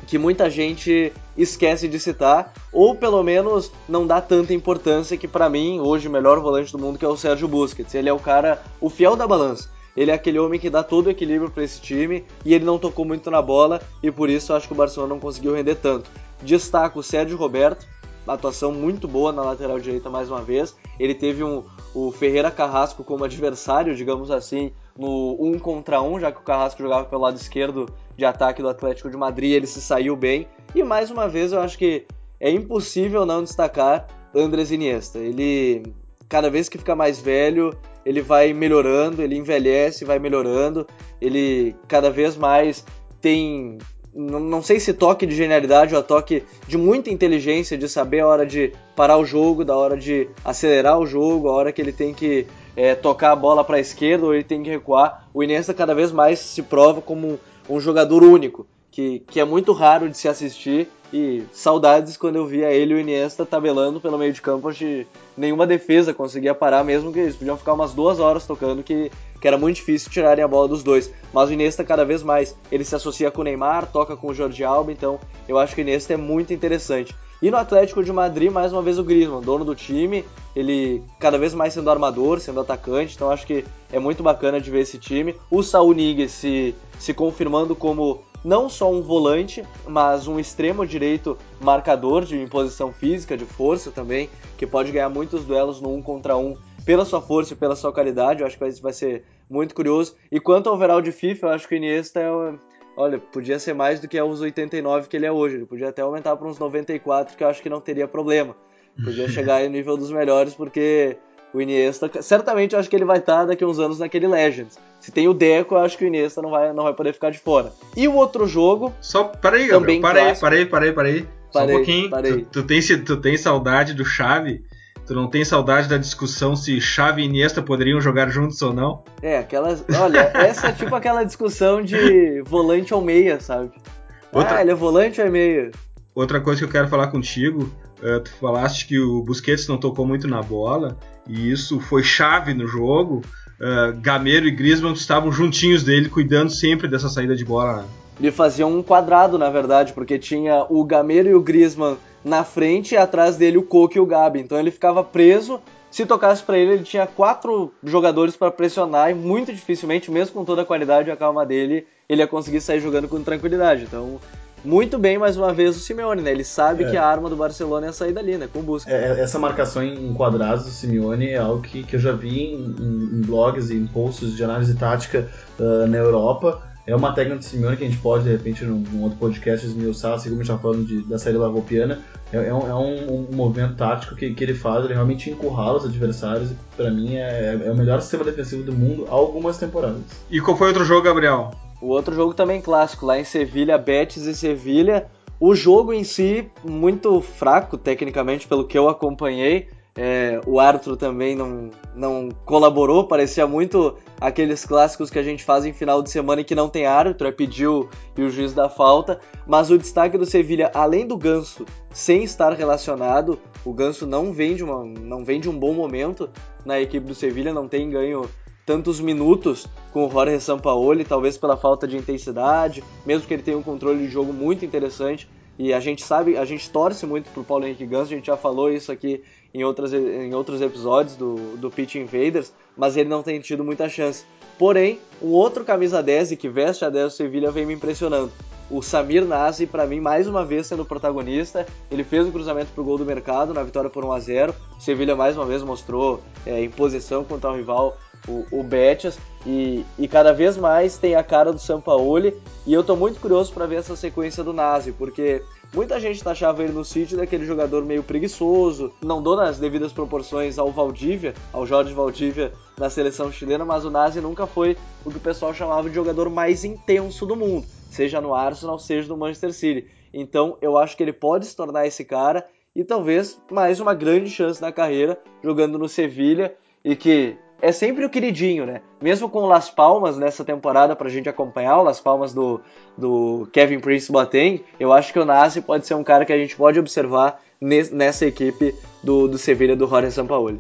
Speaker 3: que muita gente esquece de citar, ou pelo menos não dá tanta importância, que pra mim, hoje, o melhor volante do mundo, que é o Sérgio Busquets. Ele é o cara, o fiel da balança. Ele é aquele homem que dá todo o equilíbrio para esse time, e ele não tocou muito na bola, e por isso eu acho que o Barcelona não conseguiu render tanto. Destaco o Sérgio Roberto, atuação muito boa na lateral direita mais uma vez. Ele teve um, o Ferreira Carrasco como adversário, digamos assim, no um contra um, já que o Carrasco jogava pelo lado esquerdo de ataque do Atlético de Madrid, ele se saiu bem. E mais uma vez eu acho que é impossível não destacar Andrés Iniesta. Ele, cada vez que fica mais velho, ele vai melhorando, ele envelhece, vai melhorando, ele cada vez mais tem, não sei se toque de genialidade ou toque de muita inteligência, de saber a hora de parar o jogo, da hora de acelerar o jogo, a hora que ele tem que é, tocar a bola para a esquerda ou ele tem que recuar. O Iniesta cada vez mais se prova como um jogador único, que, que é muito raro de se assistir, e saudades quando eu via ele e o Iniesta tabelando pelo meio de campo, onde nenhuma defesa conseguia parar, mesmo que eles podiam ficar umas duas horas tocando, que, que era muito difícil tirarem a bola dos dois. Mas o Iniesta cada vez mais, ele se associa com o Neymar, toca com o Jordi Alba, então eu acho que o Iniesta é muito interessante. E no Atlético de Madrid, mais uma vez o Griezmann, dono do time, ele cada vez mais sendo armador, sendo atacante, então acho que é muito bacana de ver esse time. O Saúl Ñíguez se, se confirmando como não só um volante, mas um extremo direito marcador de imposição física, de força também, que pode ganhar muitos duelos no um contra um pela sua força e pela sua qualidade. Eu acho que vai ser muito curioso. E quanto ao overall de FIFA, eu acho que o Iniesta é, olha, podia ser mais do que os oitenta e nove que ele é hoje. Ele podia até aumentar para uns noventa e quatro, que eu acho que não teria problema. Podia chegar ao nível dos melhores, porque o Iniesta, certamente eu acho que ele vai estar daqui a uns anos naquele Legends. Se tem o Deco, eu acho que o Iniesta não vai, não vai poder ficar de fora. E o outro jogo...
Speaker 1: Só, peraí, Gabriel, parei, parei, parei, parei. Só
Speaker 3: parei,
Speaker 1: um pouquinho.
Speaker 3: Parei.
Speaker 1: Tu, tu, tem, tu tem saudade do Xavi? Tu não tem saudade da discussão se Xavi e Iniesta poderiam jogar juntos ou não?
Speaker 3: É, aquelas... Olha, essa é tipo aquela discussão de volante ou meia, sabe? Outra... Ah, ele é volante ou é meia?
Speaker 1: Outra coisa que eu quero falar contigo, uh, tu falaste que o Busquets não tocou muito na bola, e isso foi chave no jogo. Uh, Gameiro e Griezmann estavam juntinhos dele, cuidando sempre dessa saída de bola. Né?
Speaker 3: Ele fazia um quadrado, na verdade, porque tinha o Gameiro e o Griezmann na frente e atrás dele o Coque e o Gabi. Então ele ficava preso. Se tocasse para ele, ele tinha quatro jogadores para pressionar e muito dificilmente, mesmo com toda a qualidade e a calma dele, ele ia conseguir sair jogando com tranquilidade. Então, muito bem, mais uma vez, o Simeone, né? Ele sabe é. que a arma do Barcelona é sair dali, né? Com busca.
Speaker 2: É, essa marcação em quadrados do Simeone é algo que, que eu já vi em, em, em blogs e em posts de análise tática uh, na Europa. É uma técnica do Simeone que a gente pode, de repente, num, num outro podcast, esmiuçar, assim como a gente está falando de, da série Lavopiana. É, é, um, é um, um movimento tático que, que ele faz, ele realmente encurrala os adversários, e para mim é, é o melhor sistema defensivo do mundo há algumas temporadas.
Speaker 1: E qual foi outro jogo, Gabriel?
Speaker 3: O outro jogo também clássico, lá em Sevilha, Betis e Sevilha. O jogo em si, muito fraco, tecnicamente, pelo que eu acompanhei. É, o árbitro também não, não colaborou, parecia muito aqueles clássicos que a gente faz em final de semana e que não tem árbitro, é pedir o, e o juiz dá falta. Mas o destaque do Sevilha, além do Ganso sem estar relacionado, o Ganso não vem de, uma, não vem de um bom momento na equipe do Sevilha, não tem ganho tantos minutos com o Jorge Sampaoli, talvez pela falta de intensidade, mesmo que ele tenha um controle de jogo muito interessante. E a gente sabe, a gente torce muito pro Paulo Henrique Ganso, a gente já falou isso aqui em, outras, em outros episódios do, do Pitch Invaders, mas ele não tem tido muita chance. Porém, um outro camisa dez que veste a dez do Sevilha vem me impressionando. O Samir Nasri, para mim, mais uma vez sendo protagonista, ele fez o cruzamento pro gol do Mercado na vitória por um a zero. O Sevilha mais uma vez mostrou é, imposição contra o rival, o, o Betis, e, e cada vez mais tem a cara do Sampaoli, e eu tô muito curioso para ver essa sequência do Nasri, porque muita gente taxava ele no City daquele jogador meio preguiçoso, não dou nas devidas proporções ao Valdívia, ao Jorge Valdívia na seleção chilena, mas o Nasri nunca foi o que o pessoal chamava de jogador mais intenso do mundo, seja no Arsenal, seja no Manchester City. Então eu acho que ele pode se tornar esse cara, e talvez mais uma grande chance na carreira jogando no Sevilha, e que é sempre o queridinho, né? Mesmo com o Las Palmas nessa temporada pra gente acompanhar, o Las Palmas do, do Kevin Prince Boateng, eu acho que o Nasri pode ser um cara que a gente pode observar nessa equipe do, do Sevilha, do Jorge Sampaoli.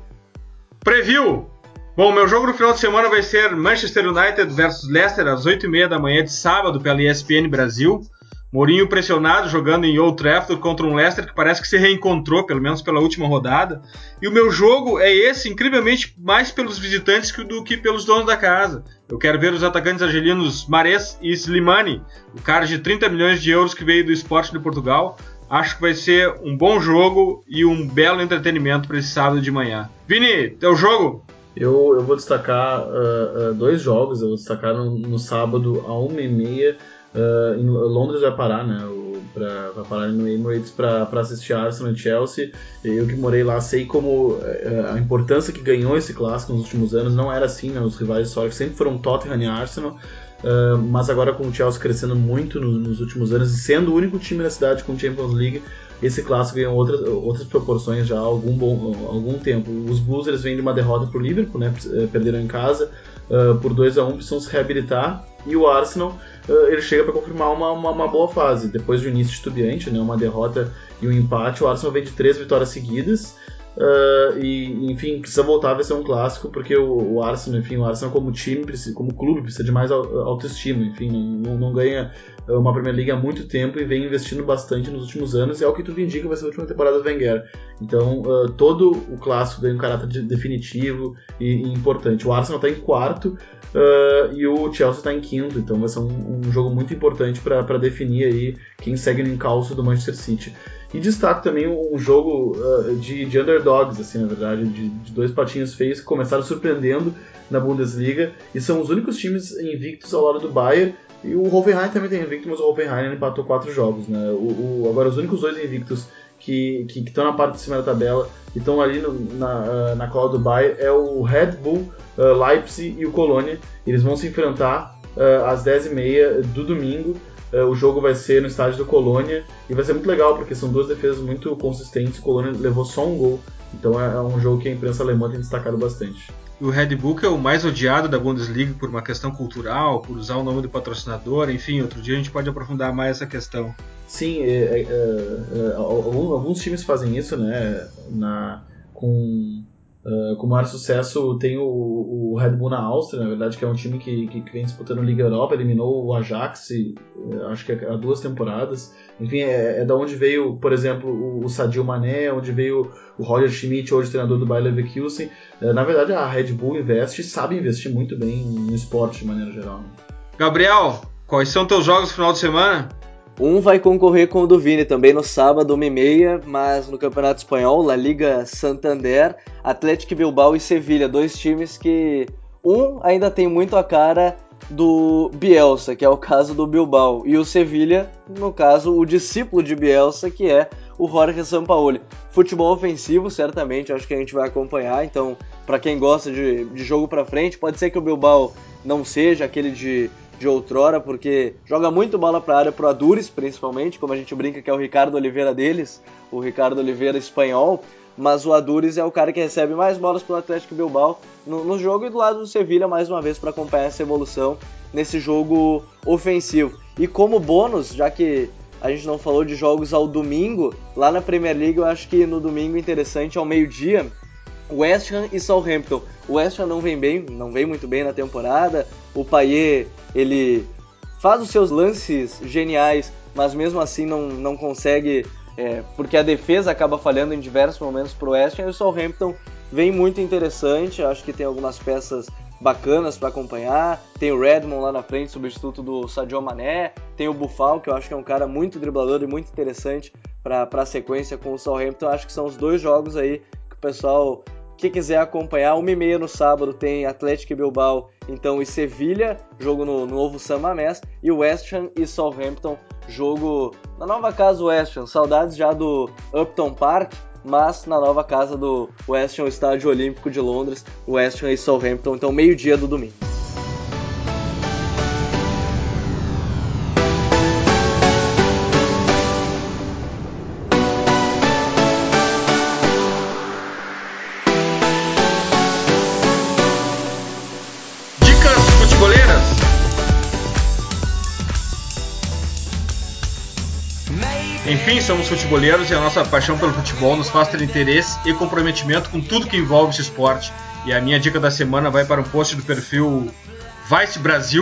Speaker 1: Preview! Bom, meu jogo no final de semana vai ser Manchester United versus Leicester às oito e meia da manhã de sábado pela E S P N Brasil. Mourinho pressionado, jogando em Old Trafford contra um Leicester que parece que se reencontrou, pelo menos pela última rodada. E o meu jogo é esse, incrivelmente, mais pelos visitantes do que pelos donos da casa. Eu quero ver os atacantes argelinos Mahrez e Slimani, o cara de trinta milhões de euros que veio do Sporting de Portugal. Acho que vai ser um bom jogo e um belo entretenimento para esse sábado de manhã. Vini, teu jogo?
Speaker 2: Eu, eu vou destacar uh, uh, dois jogos. Eu vou destacar no, no sábado a uma e meia. Uh, em Londres vai parar, né? Pra, vai parar no Emirates para assistir Arsenal e Chelsea. Eu que morei lá sei como uh, a importância que ganhou esse clássico nos últimos anos. Não era assim, né? Os rivais históricos sempre foram Tottenham e Arsenal. Uh, mas agora com o Chelsea crescendo muito no, nos últimos anos e sendo o único time da cidade com Champions League, esse clássico ganhou outras, outras proporções já há algum, bom, algum tempo. Os Blues eles vêm de uma derrota para o Liverpool, né? Perderam em casa uh, por dois a um, precisam se reabilitar, e o Arsenal uh, ele chega para confirmar uma, uma, uma boa fase. Depois do início titubeante, né? Uma derrota e um empate, o Arsenal vem de três vitórias seguidas. Uh, e enfim, precisa voltar a ser um clássico, porque o, o Arsenal, enfim, o Arsenal como time, como clube, precisa de mais autoestima, enfim, não, não ganha uma Premier League há muito tempo e vem investindo bastante nos últimos anos, e é o que tudo indica vai ser a última temporada do Wenger. Então uh, todo o clássico ganha um caráter de, definitivo e, e importante. O Arsenal está em quarto uh, e o Chelsea está em quinto, então vai ser um, um jogo muito importante para definir aí quem segue no encalço do Manchester City. E destaco também um jogo uh, de, de underdogs, assim, na verdade, de, de dois patinhos feios que começaram surpreendendo na Bundesliga e são os únicos times invictos ao lado do Bayern. E o Hoffenheim também tem invicto, mas o Hoffenheim empatou quatro jogos, né? O, o, agora, os únicos dois invictos que estão na parte de cima da tabela e estão ali no, na, na cola do Bayern é o Red Bull, uh, Leipzig e o Colônia. Eles vão se enfrentar uh, às dez e meia do domingo. Uh, o jogo vai ser no estádio do Colônia e vai ser muito legal, porque são duas defesas muito consistentes. O Colônia levou só um gol, então é, é um jogo que a imprensa alemã tem destacado bastante.
Speaker 1: O Red Bull é o mais odiado da Bundesliga por uma questão cultural, por usar o nome do patrocinador, enfim, outro dia a gente pode aprofundar mais essa questão.
Speaker 2: Sim, é, é, é, alguns, alguns times fazem isso, né, na, com, uh, com maior sucesso. Tem o, o Red Bull na Áustria, na verdade, que é um time que, que vem disputando Liga Europa, eliminou o Ajax, acho que há duas temporadas. Enfim, é, é da onde veio, por exemplo, o, o Sadio Mané, onde veio o Roger Schmidt, hoje treinador do Bayer Leverkusen. Na verdade, a Red Bull investe e sabe investir muito bem no esporte de maneira geral.
Speaker 1: Gabriel, quais são teus jogos no final de semana?
Speaker 3: Um vai concorrer com o do Vini também no sábado, uma e meia, mas no Campeonato Espanhol, La Liga Santander, Atlético Bilbao e Sevilha, dois times que um ainda tem muito a cara do Bielsa, que é o caso do Bilbao, e o Sevilha, no caso, o discípulo de Bielsa, que é o Jorge Sampaoli. Futebol ofensivo, certamente, acho que a gente vai acompanhar, então, para quem gosta de, de jogo para frente, pode ser que o Bilbao não seja aquele de, de outrora, porque joga muito bola para a área, pro Aduriz, principalmente, como a gente brinca que é o Ricardo Oliveira deles, o Ricardo Oliveira espanhol, mas o Aduriz é o cara que recebe mais bolas pelo Atlético Bilbao no, no jogo, e do lado do Sevilha, mais uma vez, para acompanhar essa evolução nesse jogo ofensivo. E como bônus, já que a gente não falou de jogos ao domingo, lá na Premier League eu acho que no domingo interessante, ao meio-dia, West Ham e Southampton. O West Ham não vem bem, não vem muito bem na temporada, o Payet, ele faz os seus lances geniais, mas mesmo assim não, não consegue... É, porque a defesa acaba falhando em diversos momentos para o West Ham, e o Southampton vem muito interessante, acho que tem algumas peças bacanas para acompanhar, tem o Redmond lá na frente, substituto do Sadio Mané, tem o Buffal, que eu acho que é um cara muito driblador e muito interessante para a sequência com o Southampton. Acho que são os dois jogos aí que o pessoal que quiser acompanhar. Uma e meia no sábado tem Atlético Bilbao, então, e Sevilha, jogo no, no novo San Mamés, e West Ham e Southampton, jogo na nova casa West Ham, saudades já do Upton Park, mas na nova casa do West Ham, o Estádio Olímpico de Londres, West Ham e Southampton, então meio-dia do domingo.
Speaker 1: Enfim, somos futeboleiros e a nossa paixão pelo futebol nos faz ter interesse e comprometimento com tudo que envolve esse esporte. E a minha dica da semana vai para um post do perfil Vice Brasil,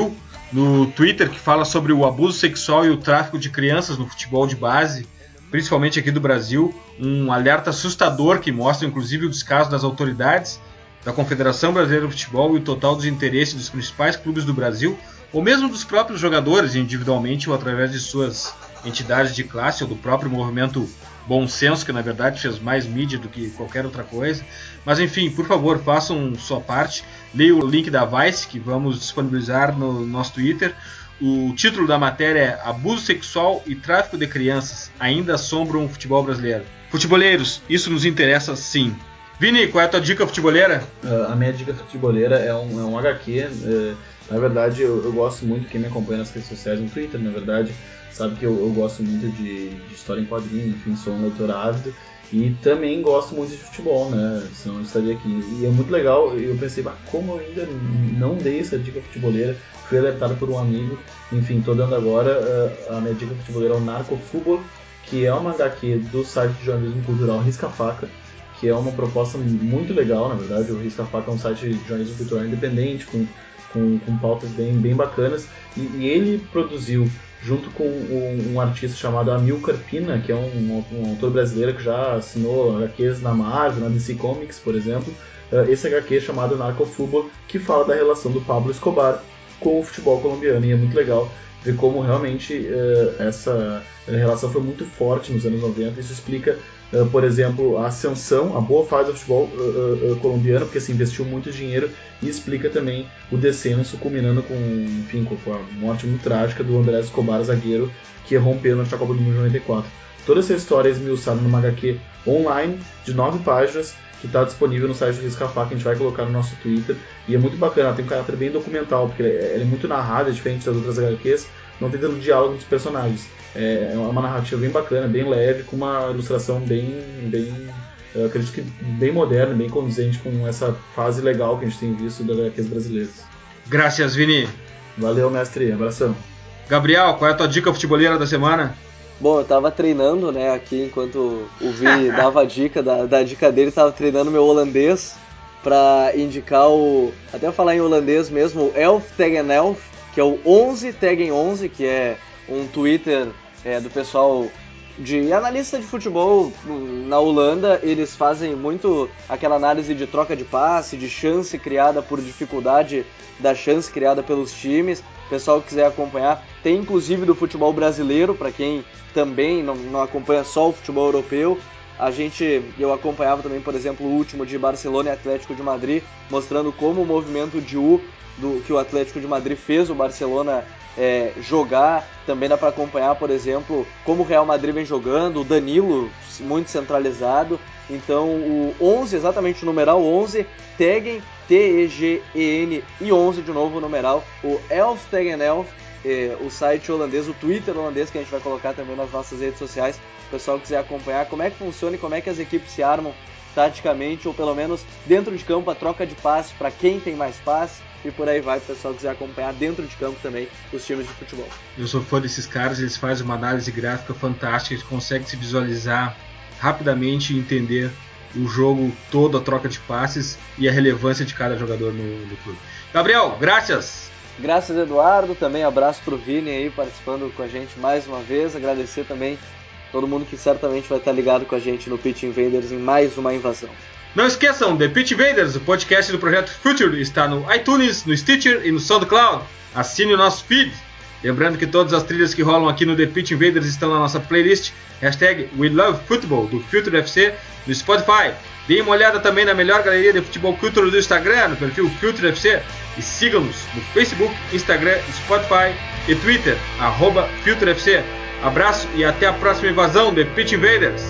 Speaker 1: no Twitter que fala sobre o abuso sexual e o tráfico de crianças no futebol de base, principalmente aqui do Brasil, um alerta assustador que mostra inclusive o descaso das autoridades, da Confederação Brasileira de Futebol e o total desinteresse dos principais clubes do Brasil, ou mesmo dos próprios jogadores individualmente ou através de suas entidades de classe ou do próprio movimento Bom Senso, que na verdade fez mais mídia do que qualquer outra coisa. Mas enfim, por favor, façam sua parte, leiam o link da Vice que vamos disponibilizar no nosso Twitter. O título da matéria é Abuso Sexual e Tráfico de Crianças ainda assombram o futebol brasileiro. Futeboleiros, isso nos interessa sim. Vini, qual é a tua dica futeboleira?
Speaker 2: Uh, a minha dica futeboleira é um, é um H Q. Uh, na verdade, eu, eu gosto muito, quem me acompanha nas redes sociais, no Twitter, na verdade, sabe que eu, eu gosto muito de, de história em quadrinhos, enfim, sou um leitor ávido. E também gosto muito de futebol, né? Senão eu estaria aqui. E é muito legal, eu pensei, ah, como eu ainda não dei essa dica futeboleira, fui alertado por um amigo. Enfim, tô dando agora, uh, a minha dica futeboleira é o Narcofútbol, que é uma H Q do site de jornalismo cultural Risca Faca, que é uma proposta muito legal, na verdade. O Risca Faca é um site de jornalismo cultural independente, com, com, com pautas bem, bem bacanas, e, e ele produziu, junto com um, um artista chamado Amilcar Pina, que é um, um autor brasileiro que já assinou H Qs na Marvel, na D C Comics, por exemplo, uh, esse H Q chamado Narcofútbol, que fala da relação do Pablo Escobar com o futebol colombiano, e é muito legal ver como realmente uh, essa relação foi muito forte nos anos noventa. Isso explica, uh, por exemplo, a ascensão, a boa fase do futebol uh, uh, colombiano, porque se investiu muito dinheiro, e explica também o descenso, culminando com, enfim, com a morte muito trágica do Andrés Escobar, zagueiro, que rompeu na Copa do Mundo de noventa e quatro. Toda essa história é esmiuçada numa H Q online de nove páginas, que está disponível no site do Risca Faca, que a gente vai colocar no nosso Twitter, e é muito bacana, ela tem um caráter bem documental, porque ela é muito narrada, é diferente das outras H Qs, não tem tanto diálogo dos personagens. É uma narrativa bem bacana, bem leve, com uma ilustração bem, bem eu acredito que bem moderna, bem condizente com essa fase legal que a gente tem visto das H Qs brasileiras.
Speaker 1: Graças, Vini.
Speaker 2: Valeu, mestre. Abração.
Speaker 1: Gabriel, qual é a tua dica futeboleira da semana?
Speaker 3: Bom, eu tava treinando, né, aqui enquanto o Vini dava a dica, da, da dica dele, tava treinando meu holandês pra indicar o, até eu falar em holandês mesmo, o Elf Tegen Elf, que é o onze Tegen onze, que é um Twitter é, do pessoal de analista de futebol na Holanda. Eles fazem muito aquela análise de troca de passe, de chance criada por dificuldade da chance criada pelos times. O pessoal que quiser acompanhar, tem inclusive do futebol brasileiro, para quem também não, não acompanha só o futebol europeu. A gente, eu acompanhava também, por exemplo, o último de Barcelona e Atlético de Madrid, mostrando como o movimento de U do que o Atlético de Madrid fez o Barcelona é, jogar. Também dá para acompanhar, por exemplo, como o Real Madrid vem jogando, o Danilo muito centralizado. Então o onze, exatamente o numeral onze, Tegen, T E G E N e onze de novo o numeral, o Elf Tegen Elf, é, o site holandês, o Twitter holandês, que a gente vai colocar também nas nossas redes sociais, se o pessoal quiser acompanhar como é que funciona e como é que as equipes se armam taticamente, ou pelo menos dentro de campo, a troca de passe para quem tem mais passe, e por aí vai, o pessoal quiser acompanhar dentro de campo também os times de futebol.
Speaker 1: Eu sou fã desses caras, eles fazem uma análise gráfica fantástica, eles conseguem se visualizar rapidamente e entender o jogo todo, a troca de passes e a relevância de cada jogador no, no clube. Gabriel, graças!
Speaker 3: Graças, Eduardo, também abraço pro Vini aí participando com a gente mais uma vez, agradecer também todo mundo que certamente vai estar ligado com a gente no Pitch Invaders em mais uma invasão.
Speaker 1: Não esqueçam, The Pitch Invaders, o podcast do Projeto Future, está no iTunes, no Stitcher e no SoundCloud. Assine o nosso feed. Lembrando que todas as trilhas que rolam aqui no The Pitch Invaders estão na nossa playlist, hashtag We Love Football, do Future F C, no Spotify. Deem uma olhada também na melhor galeria de futebol cultural do Instagram, no perfil Future F C, e sigam-nos no Facebook, Instagram, Spotify e Twitter, arroba Future F C. Abraço e até a próxima invasão The Pitch Invaders.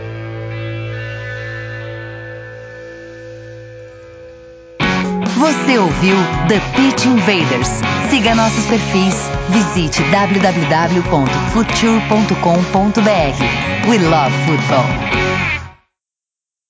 Speaker 4: Você ouviu The Pitch Invaders. Siga nossos perfis. Visite w w w ponto future ponto com ponto b r. We love football.